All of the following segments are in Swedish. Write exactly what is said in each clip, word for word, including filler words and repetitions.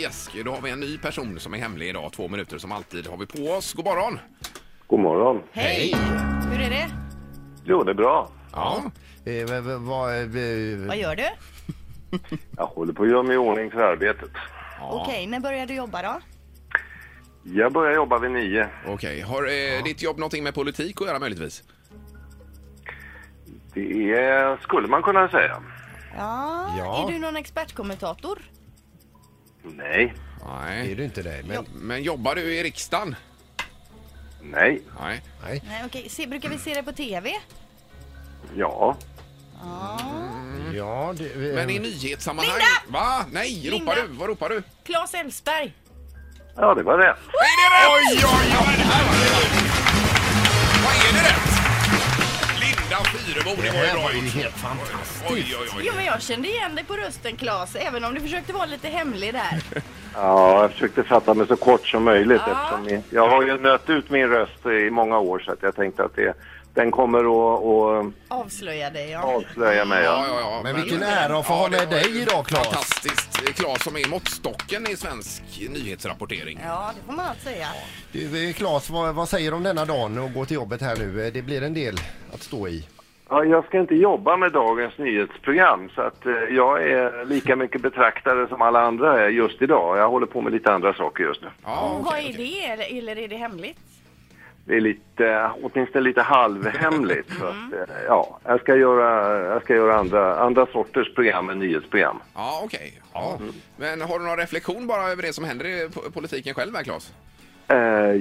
Yes, då har vi en ny person som är hemlig idag. Två minuter som alltid har vi på oss. God morgon! God morgon. Hej! Hur är det? Jo, det är bra. Ja. Eh, vad, vad, vad, eh, Vad gör du? Jag håller på att göra mig i ordning för arbetet. Okej, när börjar du jobba då? Jag börjar jobba vid nio. Okej, har eh, ditt jobb någonting med politik att göra möjligtvis? Det är, skulle man kunna säga. Ja. Ja. Är du någon expertkommentator? Nej. Nej. är du inte det? Men, Men jobbar du i riksdagen? Nej. Nej. nej. Nej, okej. Se, brukar vi se det på tv? Ja. Ja, det, eh, Men i nyhetssammanhang... Linda! Va? Nej, ropar Linda! du? Vad ropar du? Claes Elfsberg. Ja, det var rätt. Är det rätt? Oj, oj, oj! Vad är det rätt? Linda Fyrebo, det det var ju här bra var ju gjort. helt fantastiskt. Oj, oj, oj. Jo, men jag kände igen dig på rösten, Claes, även om du försökte vara lite hemlig där. Ja, jag försökte fatta mig så kort som möjligt. Ja. Eftersom jag har ju nött ut min röst i många år så att jag tänkte att det, den kommer att, att Avslöja dig, ja. avslöja mig. Ja, Ja. ja, ja. Men vilken ära att få ha det med var dig ju idag, Claes. Fantastiskt. Claes som är måttstocken i svensk nyhetsrapportering. Ja, det får man allt säga. Du, eh, Claes, vad, vad säger du om denna dagen och gå till jobbet här nu? Eh, Det blir en del att stå i. Ja, jag ska inte jobba med dagens nyhetsprogram så att eh, jag är lika mycket betraktare som alla andra är just idag. Jag håller på med lite andra saker just nu. Ja, Och vad okej, är okej. det, eller, eller är det hemligt? Det är lite, åtminstone lite halvhemligt. Så att, eh, ja, jag ska göra, jag ska göra andra, andra sorters program än nyhetsprogram. Ja, okej. Ja. Men har du någon reflektion bara över det som händer i po- politiken själv här, Claes? Eh,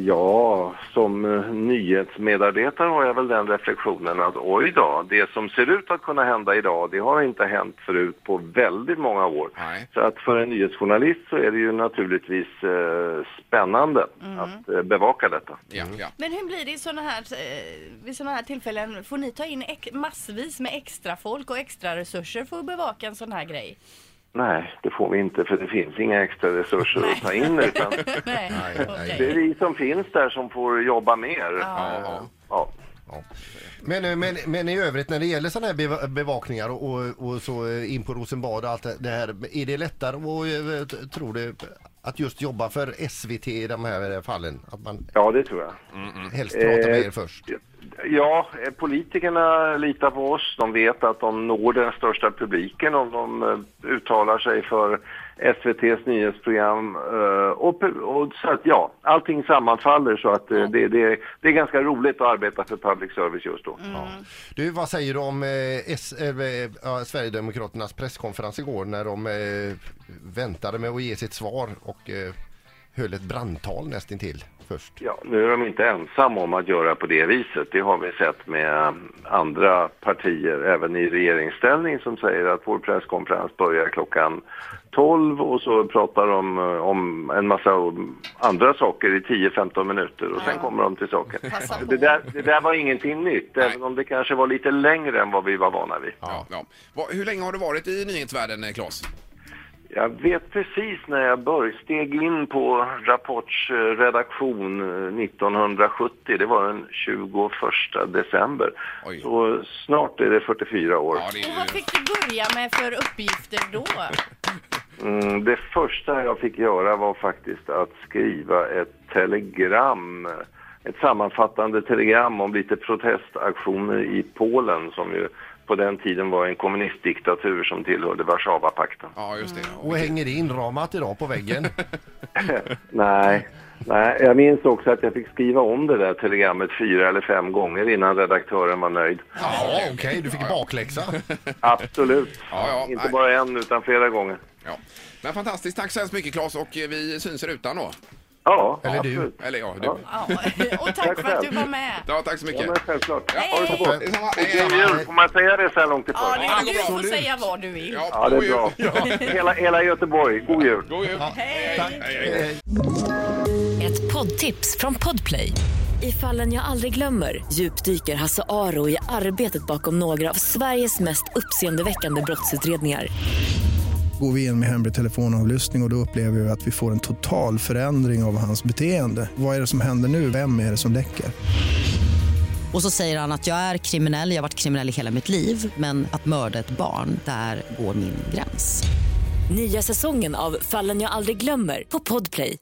ja, som eh, nyhetsmedarbetare har jag väl den reflektionen att oj då, det som ser ut att kunna hända idag, det har inte hänt förut på väldigt många år. Nej. Så att för en nyhetsjournalist så är det ju naturligtvis eh, spännande att eh, bevaka detta. Ja, ja. Men hur blir det i såna här, eh, vid sådana här tillfällen? Får ni ta in ex- massvis med extra folk och extra resurser för att bevaka en sån här grej? Nej, det får vi inte för det finns inga extra resurser att ta in utan Nej, nej. okej. det är vi som finns där som får jobba mer. Ja, ja. Ja. Ja. Men, eh, men, men i övrigt när det gäller sådana här beva- bevakningar och, och, och så eh, in på Rosenbad och allt det- det här, är det lättare att eh, tror du att just jobba för S V T i de här fallen? Att man ja, det tror jag. helst pratar med Eh, er först? Ja, eh, politikerna litar på oss. De vet att de når den största publiken om de eh, uttalar sig för S V T:s nyhetsprogram. eh, Och, och så att ja, allting sammanfaller så att eh, det, det, det är ganska roligt att arbeta för public service just då. Ja. Du, vad säger du om eh, S, eh, eh, Sverigedemokraternas presskonferens igår när de eh, väntade med att ge sitt svar och eh, höll ett brandtal nästintill först? Ja, nu är de inte ensamma om att göra på det viset. Det har vi sett med andra partier, även i regeringsställning, som säger att vår presskonferens börjar klockan tolv och så pratar de om en massa andra saker i tio femton minuter och sen kommer de till saken. Passa på. Det där, det där var ingenting nytt, även om det kanske var lite längre än vad vi var vana vid. Ja, ja. Va- Hur länge har du varit i nyhetsvärlden, Claes? Jag vet precis när jag började steg in på Rapports eh, redaktion eh, nittonhundrasjuttio. Det var den tjugoförsta december. Oj. Så snart är det fyrtiofyra år. Ja, det är Och vad ju... fick du börja med för uppgifter då? Mm, det första jag fick göra var faktiskt att skriva ett telegram. Ett sammanfattande telegram om lite protestaktioner i Polen som ju på den tiden var en kommunistdiktatur som tillhörde Warszawapakten. Ja, just det. Och hänger det inramat idag på väggen? Nej, nej, jag minns också att jag fick skriva om det där telegrammet fyra eller fem gånger innan redaktören var nöjd. Ja, okej, okay, du fick bakläxa. Absolut. Ja, ja, Inte nej. bara en utan flera gånger. Ja. Men fantastiskt, tack så hemskt mycket, Claes, och vi syns i rutan då. Ja, Eller du. absolut. Eller ja, du. Ja. Ja, och tack för att du var med. Ja, tack så Ja, mycket. men självklart. Ja, Ha det så gott. detsamma. Och Hej, god hej. jul, får man säga det så här långt i Ja, förväg? det, du får absolut. säga vad du vill. Ja, det god är bra. jul. Hela, hela Göteborg, god jul. God jul. Hej! Tack. Hej, hej. Eh, Ett poddtips från Podplay. I Fallen jag aldrig glömmer djupdyker Hasse Aro i arbetet bakom några av Sveriges mest uppseendeväckande brottsutredningar. Går vi in med hemlig telefonavlyssning och, och då upplever vi att vi får en total förändring av hans beteende. Vad är det som händer nu? Vem är det som läcker? Och så säger han att jag är kriminell, jag har varit kriminell i hela mitt liv, men att mörda ett barn, där går min gräns. Nya säsongen av Fallen jag aldrig glömmer på Podplay.